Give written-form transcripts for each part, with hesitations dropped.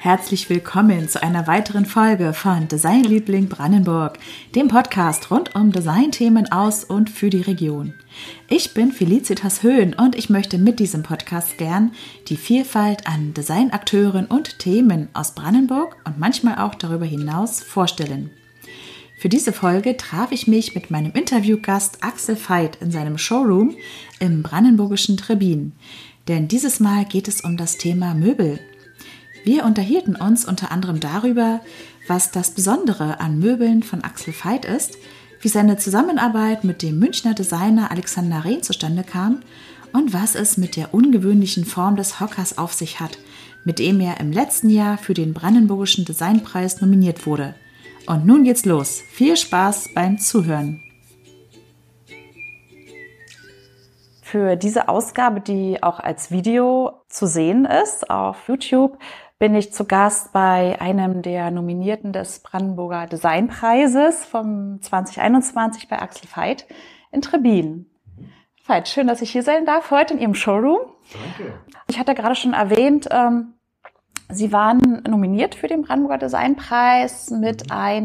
Herzlich willkommen zu einer weiteren Folge von Designliebling Brandenburg, dem Podcast rund um Designthemen aus und für die Region. Ich bin Felicitas Höhn und ich möchte mit diesem Podcast gern die Vielfalt an Designakteuren und Themen aus Brandenburg und manchmal auch darüber hinaus vorstellen. Für diese Folge traf ich mich mit meinem Interviewgast Axel Veit in seinem Showroom im brandenburgischen Trebin. Denn dieses Mal geht es um das Thema Möbel. Wir unterhielten uns unter anderem darüber, was das Besondere an Möbeln von Axel Veit ist, wie seine Zusammenarbeit mit dem Münchner Designer Alexander Rehn zustande kam und was es mit der ungewöhnlichen Form des Hockers auf sich hat, mit dem er im letzten Jahr für den Brandenburgischen Designpreis nominiert wurde. Und nun geht's los. Viel Spaß beim Zuhören. Für diese Ausgabe, die auch als Video zu sehen ist auf YouTube, bin ich zu Gast bei einem der Nominierten des Brandenburger Designpreises vom 2021 bei Axel Veit in Trebin. Veit, schön, dass ich hier sein darf heute in Ihrem Showroom. Danke. Ich hatte gerade schon erwähnt, Sie waren nominiert für den Brandenburger Designpreis mit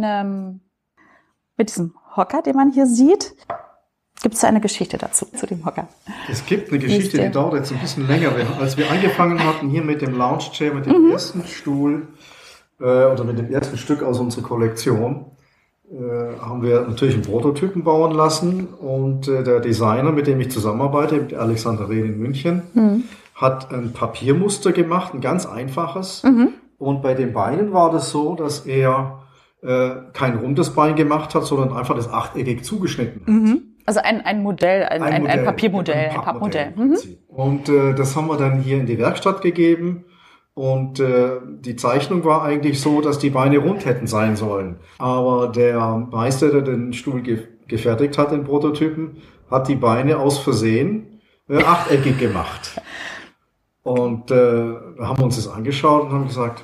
diesem Hocker, den man hier sieht. Gibt es da eine Geschichte dazu, zu dem Hocker? Es gibt eine Geschichte, die dauert jetzt ein bisschen länger. Als wir angefangen hatten hier mit dem Lounge Chair, mit dem ersten Stuhl oder mit dem ersten Stück aus unserer Kollektion, haben wir natürlich einen Prototypen bauen lassen. Und der Designer, mit dem ich zusammenarbeite, mit Alexander Rehn in München, hat ein Papiermuster gemacht, ein ganz einfaches. Und bei den Beinen war das so, dass er kein rundes Bein gemacht hat, sondern einfach das achteckig zugeschnitten hat. Also ein Modell, ein Papiermodell, ein Pappmodell. Und das haben wir dann hier in die Werkstatt gegeben. Und die Zeichnung war eigentlich so, dass die Beine rund hätten sein sollen. Aber der Meister, der den Stuhl gefertigt hat, den Prototypen, hat die Beine aus Versehen achteckig gemacht. Und da haben wir uns das angeschaut und haben gesagt,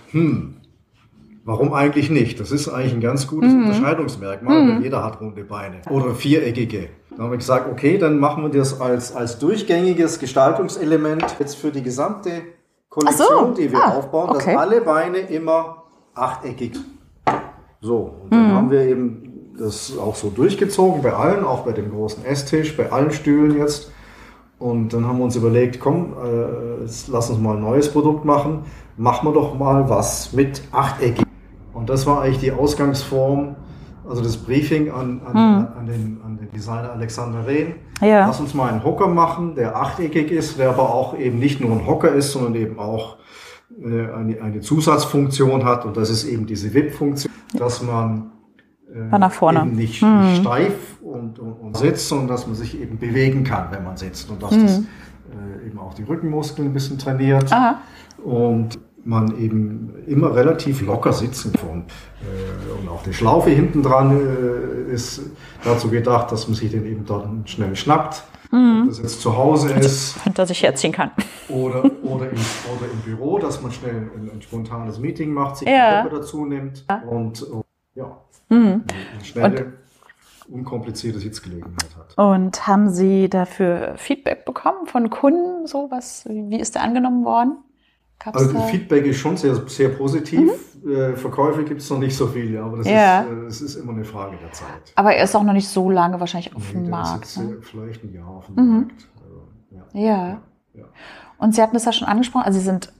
warum eigentlich nicht? Das ist eigentlich ein ganz gutes Unterscheidungsmerkmal, weil jeder hat runde Beine oder viereckige. Dann haben wir gesagt, okay, dann machen wir das als durchgängiges Gestaltungselement jetzt für die gesamte Kollektion, die wir aufbauen, dass alle Beine immer achteckig sind. So, und dann haben wir eben das auch so durchgezogen bei allen, auch bei dem großen Esstisch, bei allen Stühlen jetzt. Und dann haben wir uns überlegt, komm, lass uns mal ein neues Produkt machen. Machen wir doch mal was mit achteckig. Und das war eigentlich die Ausgangsform, also das Briefing an den Designer Alexander Rehn. Ja. Lass uns mal einen Hocker machen, der achteckig ist, der aber auch eben nicht nur ein Hocker ist, sondern eben auch eine Zusatzfunktion hat. Und das ist eben diese Wippfunktion, dass man nach vorne. Eben nicht steif und sitzt, sondern dass man sich eben bewegen kann, wenn man sitzt. Und dass das eben auch die Rückenmuskeln ein bisschen trainiert. Aha. Und man eben immer relativ locker sitzen kann. Und auch die Schlaufe hinten dran ist dazu gedacht, dass man sich den eben dann schnell schnappt. Ob das jetzt zu Hause ist. Dass ich herziehen kann. Oder im Büro, dass man schnell ein spontanes Meeting macht, sich den Hocker dazu nimmt und eine schnelle, unkomplizierte Sitzgelegenheit hat. Und haben Sie dafür Feedback bekommen von Kunden? Wie ist der angenommen worden? Also das Feedback ist schon sehr, sehr positiv. Verkäufe gibt es noch nicht so viele, aber das ist immer eine Frage der Zeit. Aber er ist auch noch nicht so lange wahrscheinlich auf dem Markt. Ist jetzt vielleicht ein Jahr auf dem Markt. Ja. Und Sie hatten es ja schon angesprochen, also Sie sind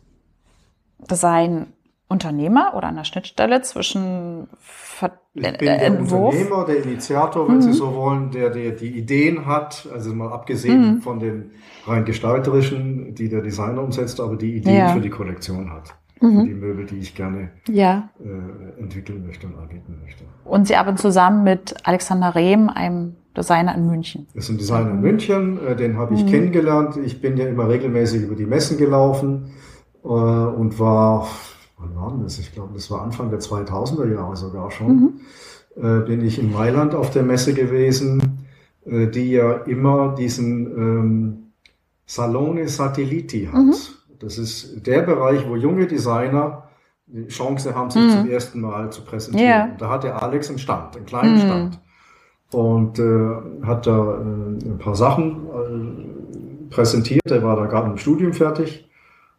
Designunternehmer oder an der Schnittstelle zwischen Ich bin der Unternehmer, der Initiator, wenn Sie so wollen, der die Ideen hat, also mal abgesehen von den rein gestalterischen, die der Designer umsetzt, aber die Ideen für die Kollektion hat. Für die Möbel, die ich gerne entwickeln möchte und anbieten möchte. Und Sie arbeiten zusammen mit Alexander Rehn, einem Designer in München. Das ist ein Designer in München, den habe ich kennengelernt. Ich bin ja immer regelmäßig über die Messen gelaufen und war... Wann war das? Ich glaube, das war Anfang der 2000er Jahre sogar schon. Bin ich in Mailand auf der Messe gewesen, die ja immer diesen Salone Satelliti hat. Das ist der Bereich, wo junge Designer die Chance haben, sich zum ersten Mal zu präsentieren. Und da hat der Alex einen Stand, einen kleinen Stand. Und hat da ein paar Sachen präsentiert. Er war da gerade im Studium fertig.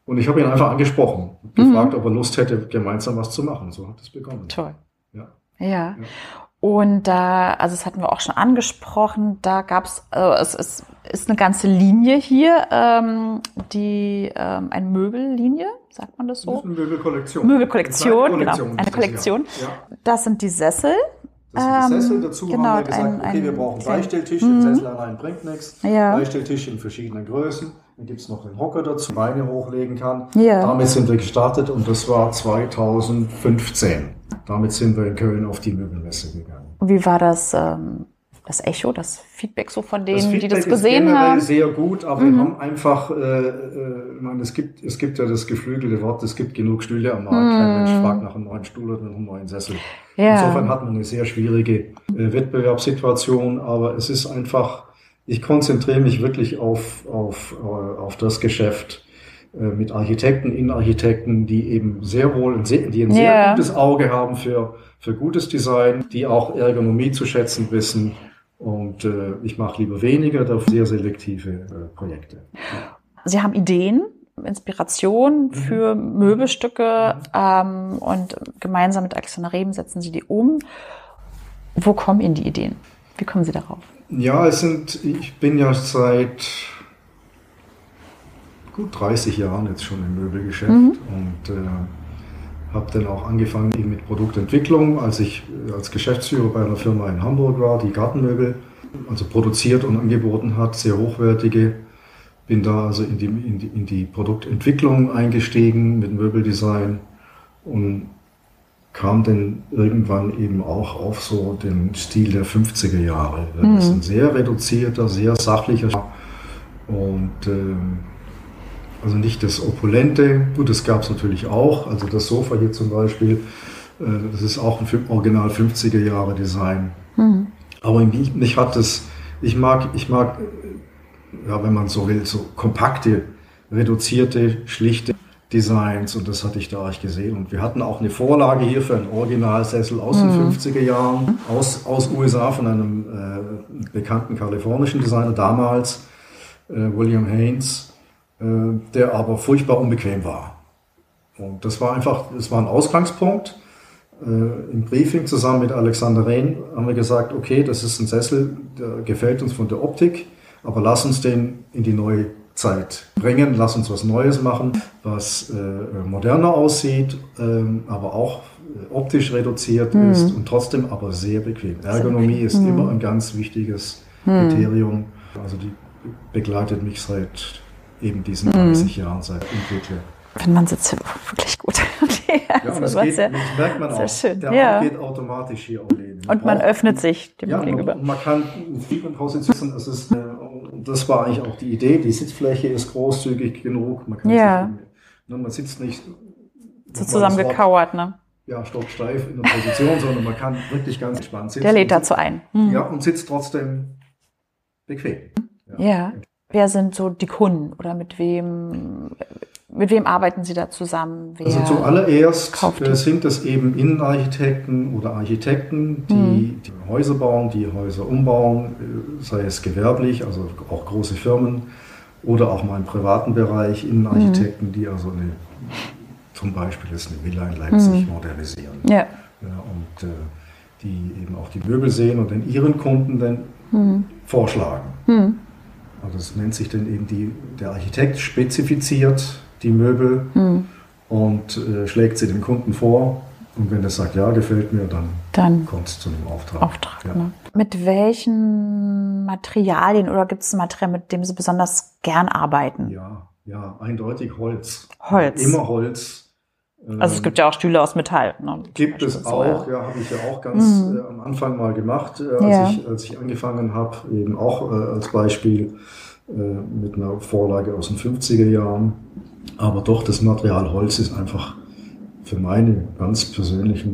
Und ich habe ihn einfach angesprochen, gefragt, ob er Lust hätte, gemeinsam was zu machen. So hat es begonnen. Toll. Ja. Ja. Und da, also das hatten wir auch schon angesprochen, da gab es, es ist eine ganze Linie hier, eine Möbellinie, sagt man das so? Das ist eine Möbelkollektion. Möbelkollektion, genau, eine Kollektion. Ja. Das sind die Sessel. Das sind die Sessel. Dazu genau, haben wir gesagt, okay, wir brauchen Beistelltische. Ein Sessel allein bringt nichts. Ja. Beistelltische in verschiedenen Größen. Dann gibt es noch einen Hocker dazu, Beine hochlegen kann. Ja. Damit sind wir gestartet und das war 2015. Damit sind wir in Köln auf die Möbelmesse gegangen. Und wie war das Echo, das Feedback so von denen, die das gesehen haben? haben? Sehr gut, aber wir haben einfach, es gibt ja das geflügelte Wort, es gibt genug Stühle am Markt. Kein Mensch fragt nach einem neuen Stuhl oder einem neuen Sessel. Ja. Insofern hat man eine sehr schwierige Wettbewerbssituation, aber es ist einfach, ich konzentriere mich wirklich auf das Geschäft mit Architekten, Innenarchitekten, die eben sehr wohl, die ein sehr gutes Auge haben für gutes Design, die auch Ergonomie zu schätzen wissen. Und ich mache lieber weniger, dafür sehr selektive Projekte. Sie haben Ideen, Inspiration für Möbelstücke und gemeinsam mit Alexander Reben setzen Sie die um. Wo kommen Ihnen die Ideen? Wie kommen Sie darauf? Ja, ich bin ja seit gut 30 Jahren jetzt schon im Möbelgeschäft und habe dann auch angefangen eben mit Produktentwicklung, als ich als Geschäftsführer bei einer Firma in Hamburg war, die Gartenmöbel also produziert und angeboten hat, sehr hochwertige. Bin da also in die Produktentwicklung eingestiegen mit Möbeldesign und kam dann irgendwann eben auch auf so den Stil der 50er Jahre. Das ist ein sehr reduzierter, sehr sachlicher und also nicht das Opulente. Gut, das gab es natürlich auch. Also das Sofa hier zum Beispiel, das ist auch ein Original 50er Jahre Design. Aber mich hat das, ich mag, ja, wenn man so will, so kompakte, reduzierte, schlichte Designs und das hatte ich da auch gesehen. Und wir hatten auch eine Vorlage hier für einen Originalsessel aus den 50er Jahren, aus USA von einem bekannten kalifornischen Designer damals, William Haynes, der aber furchtbar unbequem war. Und das war ein Ausgangspunkt. Im Briefing zusammen mit Alexander Rehn haben wir gesagt, okay, das ist ein Sessel, der gefällt uns von der Optik, aber lass uns den in die neue Zeit bringen, lass uns was Neues machen, was moderner aussieht, aber auch optisch reduziert ist und trotzdem aber sehr bequem. Ergonomie ist immer ein ganz wichtiges Kriterium. Also die begleitet mich seit eben diesen 30 Jahren, seit ich entwickle. Wenn man sitzt, wirklich gut. Ja, und das merkt man auch. Schön. Der Arm geht automatisch hier auf Leben. Und man öffnet sich dem gegenüber. Und man kann in vielen Positionen, das war eigentlich auch die Idee, die Sitzfläche ist großzügig genug. Man kann man sitzt nicht so zusammengekauert, ne? Ja, stocksteif in der Position, sondern man kann wirklich ganz entspannt sitzen. Der lädt dazu ein. Ja, und sitzt trotzdem bequem. Ja. Wer sind so die Kunden oder mit wem arbeiten Sie da zusammen? Also zuallererst sind es eben Innenarchitekten oder Architekten, die Häuser bauen, die Häuser umbauen, sei es gewerblich, also auch große Firmen oder auch mal im privaten Bereich Innenarchitekten, die also zum Beispiel jetzt eine Villa in Leipzig modernisieren. Ja. Und die eben auch die Möbel sehen und dann ihren Kunden dann vorschlagen. Also das nennt sich dann eben der Architekt spezifiziert die Möbel und schlägt sie dem Kunden vor. Und wenn der sagt, ja, gefällt mir, dann kommt es zu einem Auftrag. Ja. Ne? Mit welchen Materialien oder gibt es ein Material, mit dem Sie besonders gern arbeiten? Ja, eindeutig Holz. Holz. Immer Holz. Also es gibt ja auch Stühle aus Metall. Ne? Gibt es auch, habe ich ja auch ganz am Anfang mal gemacht, als ich angefangen habe, eben auch als Beispiel mit einer Vorlage aus den 50er Jahren. Aber doch, das Material Holz ist einfach für mein persönliches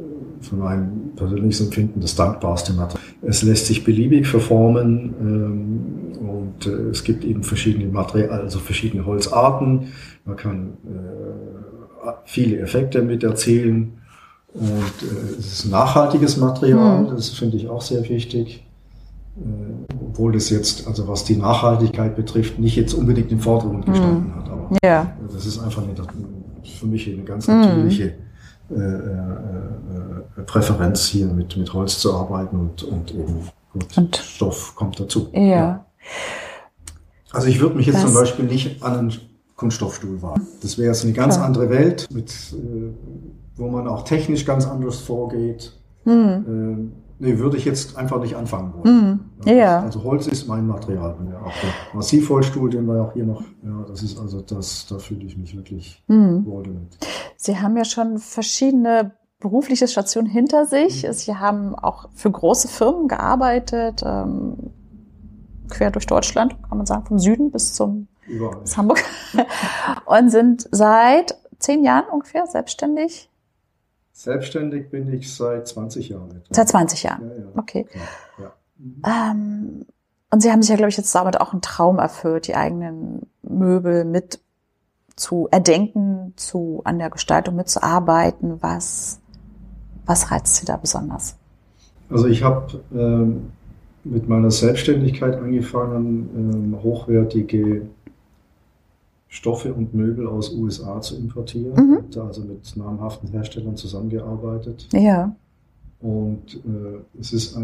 Empfinden das dankbarste Material. Es lässt sich beliebig verformen und es gibt eben verschiedene verschiedene Holzarten. Man kann viele Effekte mit erzielen und es ist ein nachhaltiges Material, das finde ich auch sehr wichtig. obwohl das jetzt, also was die Nachhaltigkeit betrifft, nicht jetzt unbedingt im Vordergrund gestanden hat. Aber das ist einfach für mich eine ganz natürliche Präferenz, hier mit Holz zu arbeiten und eben und Stoff kommt dazu. Ja. Also ich würde mich jetzt zum Beispiel nicht an einen Kunststoffstuhl wagen. Das wäre jetzt eine ganz andere Welt, wo man auch technisch ganz anders vorgeht. Würde ich jetzt einfach nicht anfangen wollen. Also Holz ist mein Material. Auch der Massivholzstuhl, den wir auch hier noch, das ist also da fühle ich mich wirklich wohl damit. Sie haben ja schon verschiedene berufliche Stationen hinter sich. Sie haben auch für große Firmen gearbeitet, quer durch Deutschland, kann man sagen, vom Süden bis Hamburg. Und sind seit 10 Jahren ungefähr selbstständig. Selbstständig bin ich seit 20 Jahren etwa. Seit 20 Jahren? Ja. Okay. Ja. Und Sie haben sich ja, glaube ich, jetzt damit auch einen Traum erfüllt, die eigenen Möbel mit zu erdenken, an der Gestaltung mitzuarbeiten. Was reizt Sie da besonders? Also ich habe mit meiner Selbstständigkeit angefangen, hochwertige Stoffe und Möbel aus USA zu importieren. Und also mit namhaften Herstellern zusammengearbeitet. Ja. Und es ist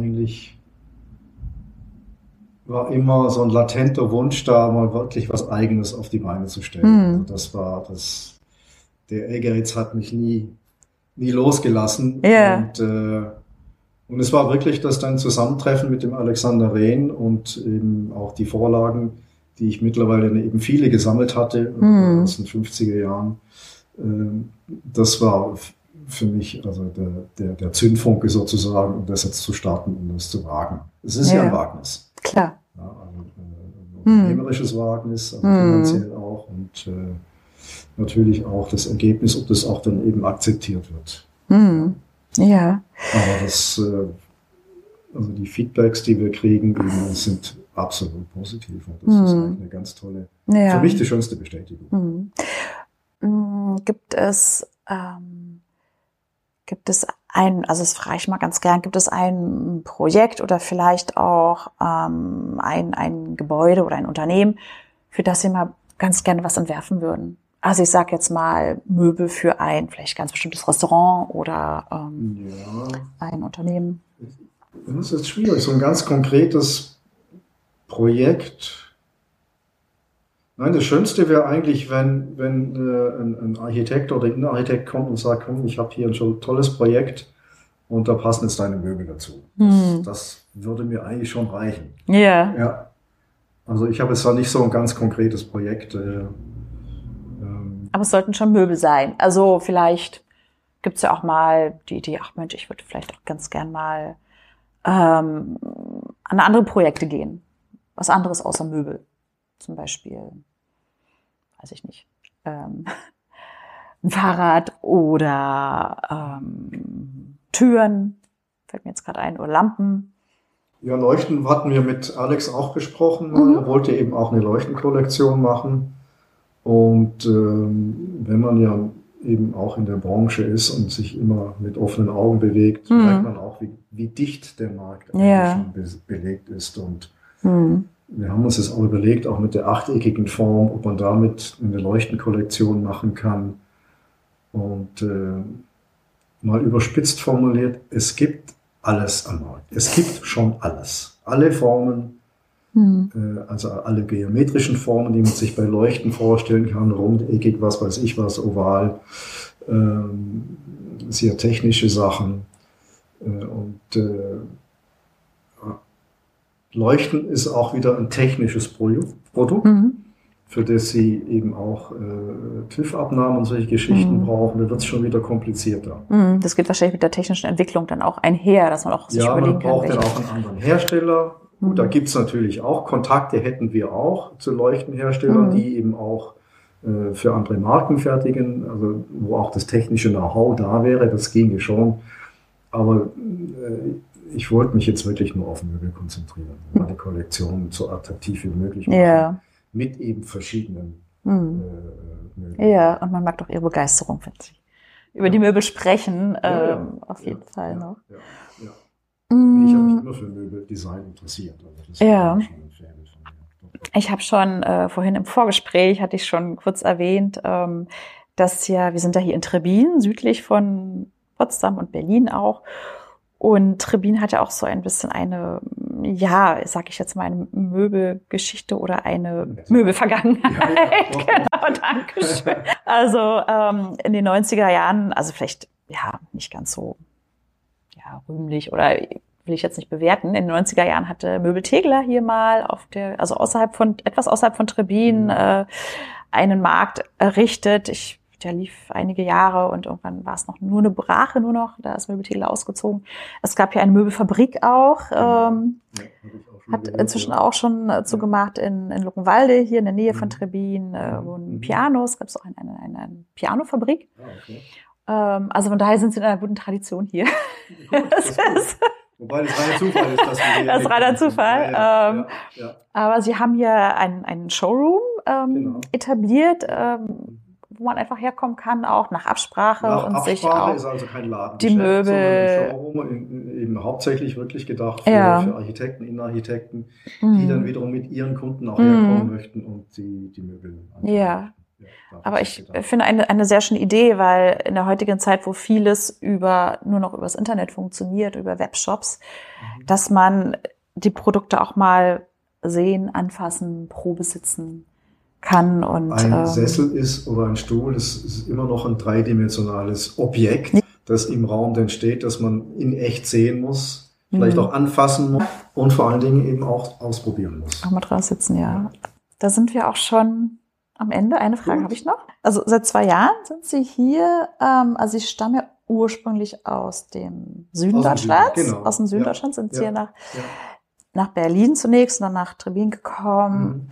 war immer so ein latenter Wunsch da, mal wirklich was Eigenes auf die Beine zu stellen. Also der Ehrgeiz hat mich nie losgelassen. Ja. Und es war wirklich das dann Zusammentreffen mit dem Alexander Rehn und eben auch die Vorlagen, die ich mittlerweile eben viele gesammelt hatte aus den 50er Jahren. Das war für mich also der Zündfunke sozusagen, um das jetzt zu starten und das zu wagen. Es ist ja ein Wagnis. Klar. Ja, ein unternehmerisches Wagnis, also finanziell auch und natürlich auch das Ergebnis, ob das auch dann eben akzeptiert wird. Ja. Aber also die Feedbacks, die wir kriegen, sind absolut positiv und das ist eigentlich eine ganz tolle, für mich die schönste Bestätigung. Gibt es also das frage ich mal ganz gern, gibt es ein Projekt oder vielleicht auch ein Gebäude oder ein Unternehmen, für das Sie mal ganz gerne was entwerfen würden? Also ich sage jetzt mal Möbel für ein vielleicht ganz bestimmtes Restaurant oder ein Unternehmen. Das ist schwierig, so ein ganz konkretes Projekt. Nein, das Schönste wäre eigentlich, wenn ein Architekt oder Innenarchitekt kommt und sagt, komm, ich habe hier ein tolles Projekt und da passen jetzt deine Möbel dazu. Das würde mir eigentlich schon reichen. Yeah. Ja. Also ich habe jetzt zwar nicht so ein ganz konkretes Projekt. Aber es sollten schon Möbel sein. Also vielleicht gibt es ja auch mal die Idee, ach Mensch, ich würde vielleicht auch ganz gern mal an andere Projekte gehen. Was anderes außer Möbel. Zum Beispiel, weiß ich nicht, ein Fahrrad oder Türen, fällt mir jetzt gerade ein, oder Lampen. Ja, Leuchten hatten wir mit Alex auch besprochen. Er wollte eben auch eine Leuchtenkollektion machen. Und wenn man ja eben auch in der Branche ist und sich immer mit offenen Augen bewegt, merkt man auch, wie dicht der Markt eigentlich schon belegt ist. Und wir haben uns das auch überlegt, auch mit der achteckigen Form, ob man damit eine Leuchtenkollektion machen kann. Und mal überspitzt formuliert, es gibt alles am Markt. Es gibt schon alles. Alle Formen, also alle geometrischen Formen, die man sich bei Leuchten vorstellen kann, rundeckig, was weiß ich was, oval, sehr technische Sachen. Leuchten ist auch wieder ein technisches Produkt, für das Sie eben auch TÜV-Abnahmen und solche Geschichten brauchen. Da wird es schon wieder komplizierter. Das geht wahrscheinlich mit der technischen Entwicklung dann auch einher, dass man auch sich überlegen kann. Ja, man braucht dann auch einen anderen Hersteller. Gut, da gibt es natürlich auch Kontakte, hätten wir auch zu Leuchtenherstellern, die eben auch für andere Marken fertigen, also wo auch das technische Know-how da wäre, das ginge schon. Aber ich wollte mich jetzt wirklich nur auf Möbel konzentrieren, meine Kollektion so attraktiv wie möglich machen, mit eben verschiedenen Möbeln. Ja, und man mag doch Ihre Begeisterung, wenn Sie über die Möbel sprechen, auf jeden Fall noch. Ich habe mich immer für Möbeldesign interessiert. Also das Ja. war schon ein Faible von mir. Ich habe schon vorhin im Vorgespräch, hatte ich schon kurz erwähnt, dass wir sind ja hier in Trebin, südlich von Potsdam und Berlin auch. Und Trebin hat ja auch so ein bisschen eine, sag ich jetzt mal, eine Möbelgeschichte oder eine Möbelvergangenheit. Ja. Genau, danke schön. Also in den 90er Jahren, also vielleicht nicht ganz so rühmlich oder will ich jetzt nicht bewerten. In den 90er Jahren hatte Möbel Tegler hier mal etwas außerhalb von Trebin einen Markt errichtet. Der lief einige Jahre und irgendwann war es nur eine Brache da ist Möbel Tegler ausgezogen. Es gab hier eine Möbelfabrik auch, hat inzwischen auch schon zugemacht in Luckenwalde, hier in der Nähe von Trebin, wo ein Pianos, gab es auch eine Pianofabrik. Okay. Also von daher sind sie in einer guten Tradition hier. Gut, wobei das reiner Zufall ist, dass wir hier. Das ist reiner Zufall. Ja. Aber sie haben hier einen Showroom etabliert, wo man einfach herkommen kann, auch nach Absprache und sich auch ist also kein Laden. die Möbel. Ein Showroom eben hauptsächlich wirklich gedacht für Architekten, Innenarchitekten, die dann wiederum mit ihren Kunden auch herkommen möchten und die Möbel anschauen. Ja. Aber ich finde eine sehr schöne Idee, weil in der heutigen Zeit, wo vieles nur noch übers Internet funktioniert, über Webshops, dass man die Produkte auch mal sehen, anfassen, Probe sitzen kann. Und ein Sessel oder ein Stuhl, das ist immer noch ein dreidimensionales Objekt, das im Raum dann steht, das man in echt sehen muss, vielleicht auch anfassen muss und vor allen Dingen eben auch ausprobieren muss. Auch mal dran sitzen, ja. Da sind wir auch schon am Ende. Eine Frage habe ich noch. Also seit 2 Jahren sind Sie hier, also Sie stammen ja ursprünglich aus dem Süden Deutschlands. Genau. Aus dem Süden Deutschlands sind Sie hier nach Berlin zunächst und dann nach Trebin gekommen.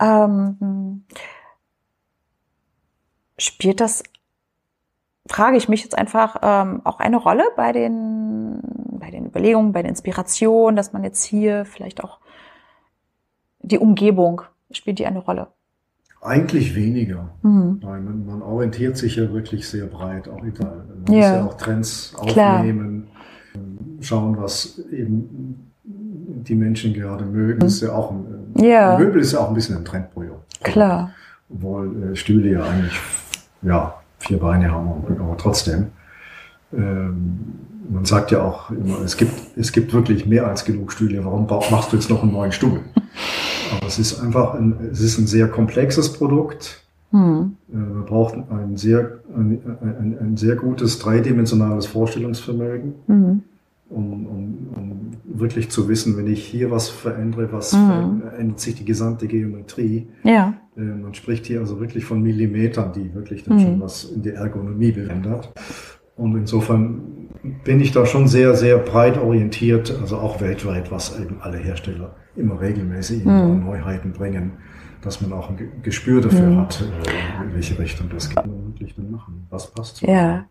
Spielt das, frage ich mich jetzt einfach, auch eine Rolle bei den Überlegungen, bei der Inspiration, dass man jetzt hier vielleicht auch die Umgebung, spielt die eine Rolle? Eigentlich weniger. Nein, man orientiert sich ja wirklich sehr breit, auch überall. Man muss ja auch Trends aufnehmen, schauen, was eben die Menschen gerade mögen. Das ist ja auch Möbel ist ja auch ein bisschen ein Trendprojekt. Klar. Obwohl Stühle ja eigentlich 4 Beine haben, aber trotzdem. Man sagt ja auch immer, es gibt wirklich mehr als genug Stühle. Warum machst du jetzt noch einen neuen Stuhl? Aber es ist einfach ein sehr komplexes Produkt. Man braucht ein sehr gutes dreidimensionales Vorstellungsvermögen, um wirklich zu wissen, wenn ich hier was verändere, verändert sich die gesamte Geometrie. Ja. Man spricht hier also wirklich von Millimetern, die wirklich dann schon was in der Ergonomie verändert. Und insofern bin ich da schon sehr, sehr breit orientiert, also auch weltweit, was eben alle Hersteller immer regelmäßig an Neuheiten bringen, dass man auch ein Gespür dafür hat, in welche Richtung das geht. Man wirklich dann machen, was passt zu Ja.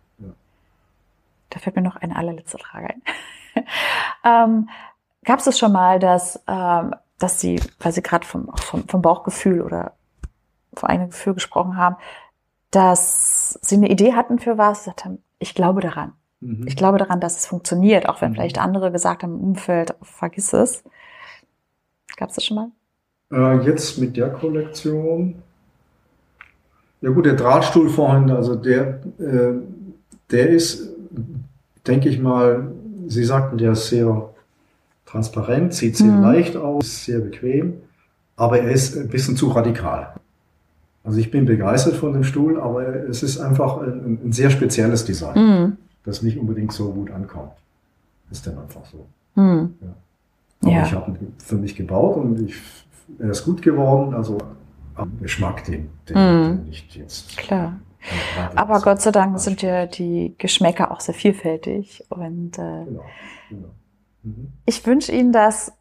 Da fällt mir noch eine allerletzte Frage ein. Gab es das schon mal, dass Sie, weil Sie gerade vom Bauchgefühl oder vom eigenen Gefühl gesprochen haben, dass Sie eine Idee hatten für was, gesagt haben, ich glaube daran. Ich glaube daran, dass es funktioniert, auch wenn vielleicht andere gesagt haben im Umfeld, vergiss es. Gab es das schon mal? Jetzt mit der Kollektion. Ja gut, der Drahtstuhl vorhin, also der ist, denke ich mal, Sie sagten, der ist sehr transparent, sieht sehr leicht aus, sehr bequem, aber er ist ein bisschen zu radikal. Also ich bin begeistert von dem Stuhl, aber es ist einfach ein sehr spezielles Design, das nicht unbedingt so gut ankommt. Ist dann einfach so. Ja. Aber ich habe ihn für mich gebaut und er ist gut geworden, also am Geschmack, den nicht jetzt. Klar. Aber Gott sei Dank sind ja die Geschmäcker auch sehr vielfältig und Genau. Ich wünsche Ihnen, dass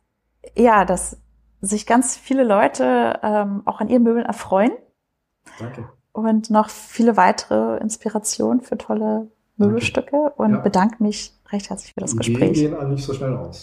sich ganz viele Leute auch an Ihren Möbeln erfreuen. Danke. Und noch viele weitere Inspirationen für tolle Möbelstücke und bedanke mich recht herzlich für das Gespräch. Die gehen eigentlich so schnell aus.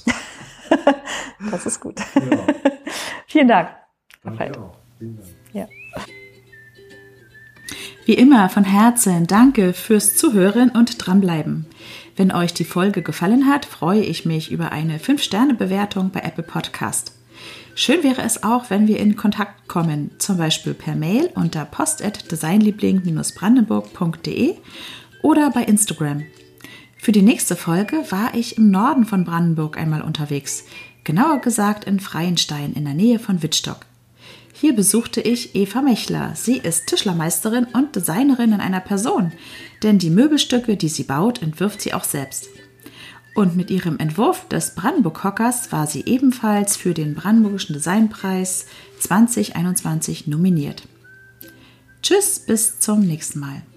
Das ist gut. Ja. Vielen Dank. Danke auch. Vielen Dank. Ja. Wie immer von Herzen danke fürs Zuhören und dranbleiben. Wenn euch die Folge gefallen hat, freue ich mich über eine 5-Sterne-Bewertung bei Apple Podcast. Schön wäre es auch, wenn wir in Kontakt kommen, zum Beispiel per Mail unter post@designliebling-brandenburg.de oder bei Instagram. Für die nächste Folge war ich im Norden von Brandenburg einmal unterwegs, genauer gesagt in Freienstein in der Nähe von Wittstock. Hier besuchte ich Eva Mechler. Sie ist Tischlermeisterin und Designerin in einer Person, denn die Möbelstücke, die sie baut, entwirft sie auch selbst. Und mit ihrem Entwurf des Brandenburg-Hockers war sie ebenfalls für den Brandenburgischen Designpreis 2021 nominiert. Tschüss, bis zum nächsten Mal.